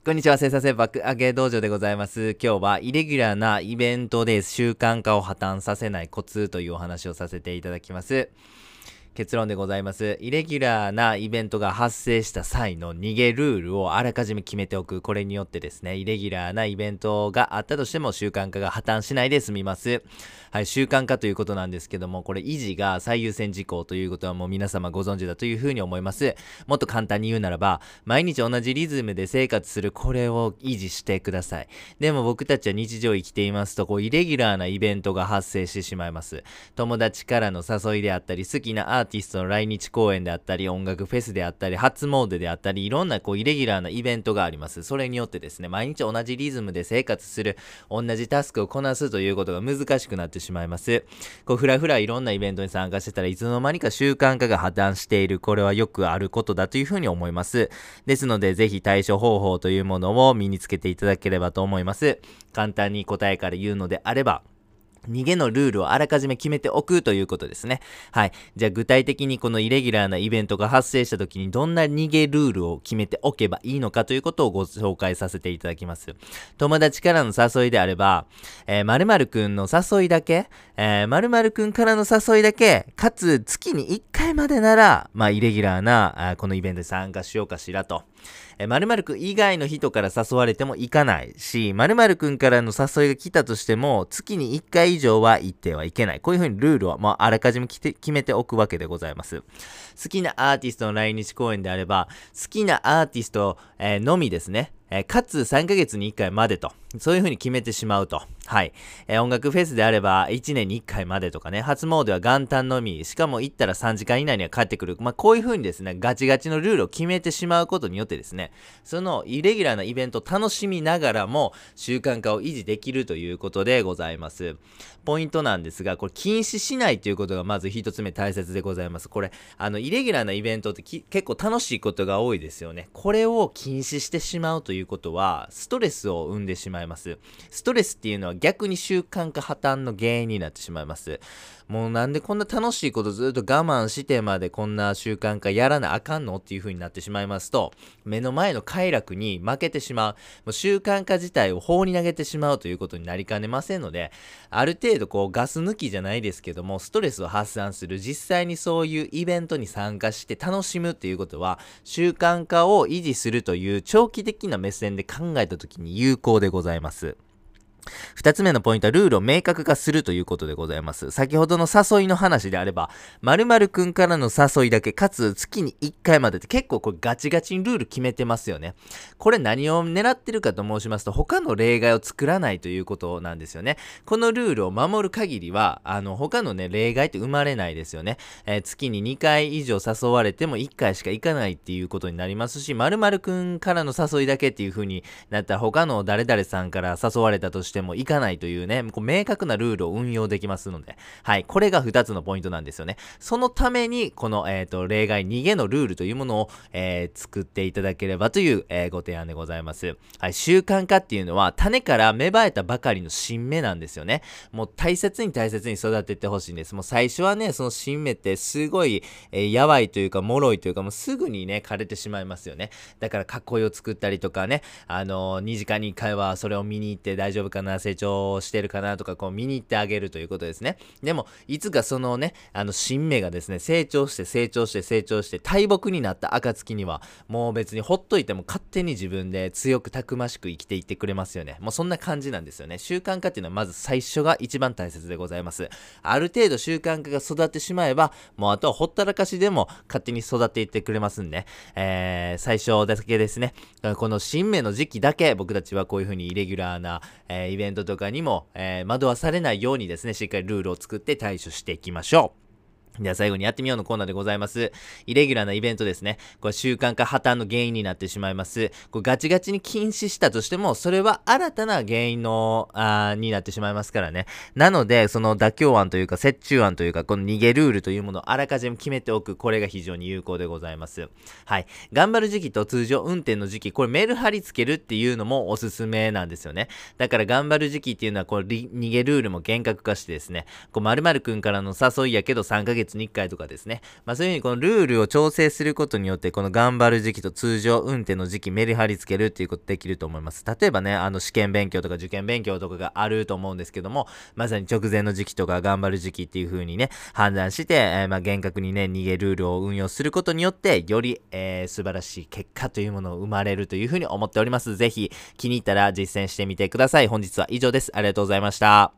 こんにちは、生産性爆上げ道場でございます。今日はイレギュラーなイベントで習慣化を破綻させないコツというお話をさせていただきます。結論でございます。イレギュラーなイベントが発生した際の逃げルールをあらかじめ決めておく。これによってですね、イレギュラーなイベントがあったとしても習慣化が破綻しないで済みます。はい、習慣化ということなんですけども、これ維持が最優先事項ということはもう皆様ご存知だというふうに思います。もっと簡単に言うならば、毎日同じリズムで生活するこれを維持してください。でも僕たちは日常生きていますと、イレギュラーなイベントが発生してしまいます。友達からの誘いであったり、好きなアーティストの来日公演であったり、音楽フェスであったり、初詣であったり、いろんなイレギュラーなイベントがあります。それによってですね、毎日同じリズムで生活する、同じタスクをこなすということが難しくなってしまいます。ふらふらいろんなイベントに参加してたらいつの間にか習慣化が破綻している。これはよくあることだというふうに思います。ですのでぜひ対処方法というものを身につけていただければと思います。簡単に答えから言うのであれば、逃げのルールをあらかじめ決めておくということですね。はい。じゃあ具体的にこのイレギュラーなイベントが発生した時にどんな逃げルールを決めておけばいいのかということをご紹介させていただきます。友達からの誘いであれば、〇〇くんの誘いだけ、〇〇くんからの誘いだけ、かつ月に1回までなら、イレギュラーなこのイベントに参加しようかしらと。〇〇くん以外の人から誘われても行かないし、〇〇くんからの誘いが来たとしても、月に1回以上は行ってはいけない。こういうふうにルールをあらかじめ決めておくわけでございます。好きなアーティストの来日公演であれば、好きなアーティスト、のみですね。かつ3ヶ月に1回までと。そういう風に決めてしまうと。はい。音楽フェスであれば1年に1回までとかね。初詣は元旦のみ。しかも行ったら3時間以内には帰ってくる。こういう風にですね、ガチガチのルールを決めてしまうことによってですね、そのイレギュラーなイベントを楽しみながらも習慣化を維持できるということでございます。ポイントなんですが、これ禁止しないということがまず一つ目大切でございます。これ、イレギュラーなイベントって結構楽しいことが多いですよね。これを禁止してしまうということは、ストレスを生んでしまいます。ストレスっていうのは逆に習慣化破綻の原因になってしまいます。もうなんでこんな楽しいことずっと我慢してまでこんな習慣化やらなあかんのっていう風になってしまいますと、目の前の快楽に負けてしまう。もう習慣化自体を放に投げてしまうということになりかねませんので、ある程度ガス抜きじゃないですけども、ストレスを発散する、実際にそういうイベントに参加して楽しむっていうことは、習慣化を維持するという長期的な目線で考えた時に有効でございます。二つ目のポイントはルールを明確化するということでございます。先ほどの誘いの話であれば、〇〇くんからの誘いだけ、かつ月に1回までって結構これガチガチにルール決めてますよね。これ何を狙ってるかと申しますと、他の例外を作らないということなんですよね。このルールを守る限りは、他のね、例外って生まれないですよね。月に2回以上誘われても1回しか行かないっていうことになりますし、〇〇くんからの誘いだけっていう風になったら他の誰々さんから誘われたとしてもいかないというね、明確なルールを運用できますので、はい、これが2つのポイントなんですよね。そのために、この、例外、逃げのルールというものを、作っていただければという、ご提案でございます。はい、習慣化っていうのは、種から芽生えたばかりの新芽なんですよね。もう大切に育ててほしいんです。もう最初はね、その新芽ってすごい、やばいというか、脆いというか、もうすぐにね、枯れてしまいますよね。だから、囲いを作ったりとかね、2時間に1回はそれを見に行って大丈夫かな、成長してるかなとか見に行ってあげるということですね。でもいつかそのね新芽がですね成長して大木になった暁にはもう別にほっといても勝手に自分で強くたくましく生きていってくれますよね。もうそんな感じなんですよね。習慣化っていうのはまず最初が一番大切でございます。ある程度習慣化が育ってしまえばもうあとはほったらかしでも勝手に育っていってくれますんで、最初だけですね、この新芽の時期だけ僕たちはこういう風にイレギュラーな、イベントとかにも、惑わされないようにですね、しっかりルールを作って対処していきましょう。では最後にやってみようのコーナーでございます。イレギュラーなイベントですね。これ習慣化破綻の原因になってしまいます。これガチガチに禁止したとしても、それは新たな原因の、になってしまいますからね。なので、その妥協案というか、折衷案というか、この逃げルールというものをあらかじめ決めておく。これが非常に有効でございます。はい。頑張る時期と通常運転の時期、これメール貼り付けるっていうのもおすすめなんですよね。だから頑張る時期っていうのは、逃げルールも厳格化してですね、〇〇くんからの誘いやけど3ヶ月に1回とかですね。そういう風にこのルールを調整することによって、この頑張る時期と通常運転の時期メリハリつけるっていうことできると思います。例えばね、試験勉強とか受験勉強とかがあると思うんですけども、まさに直前の時期とか頑張る時期っていう風にね、判断して、厳格にね、逃げルールを運用することによって、より、素晴らしい結果というものを生まれるという風に思っております。ぜひ気に入ったら実践してみてください。本日は以上です。ありがとうございました。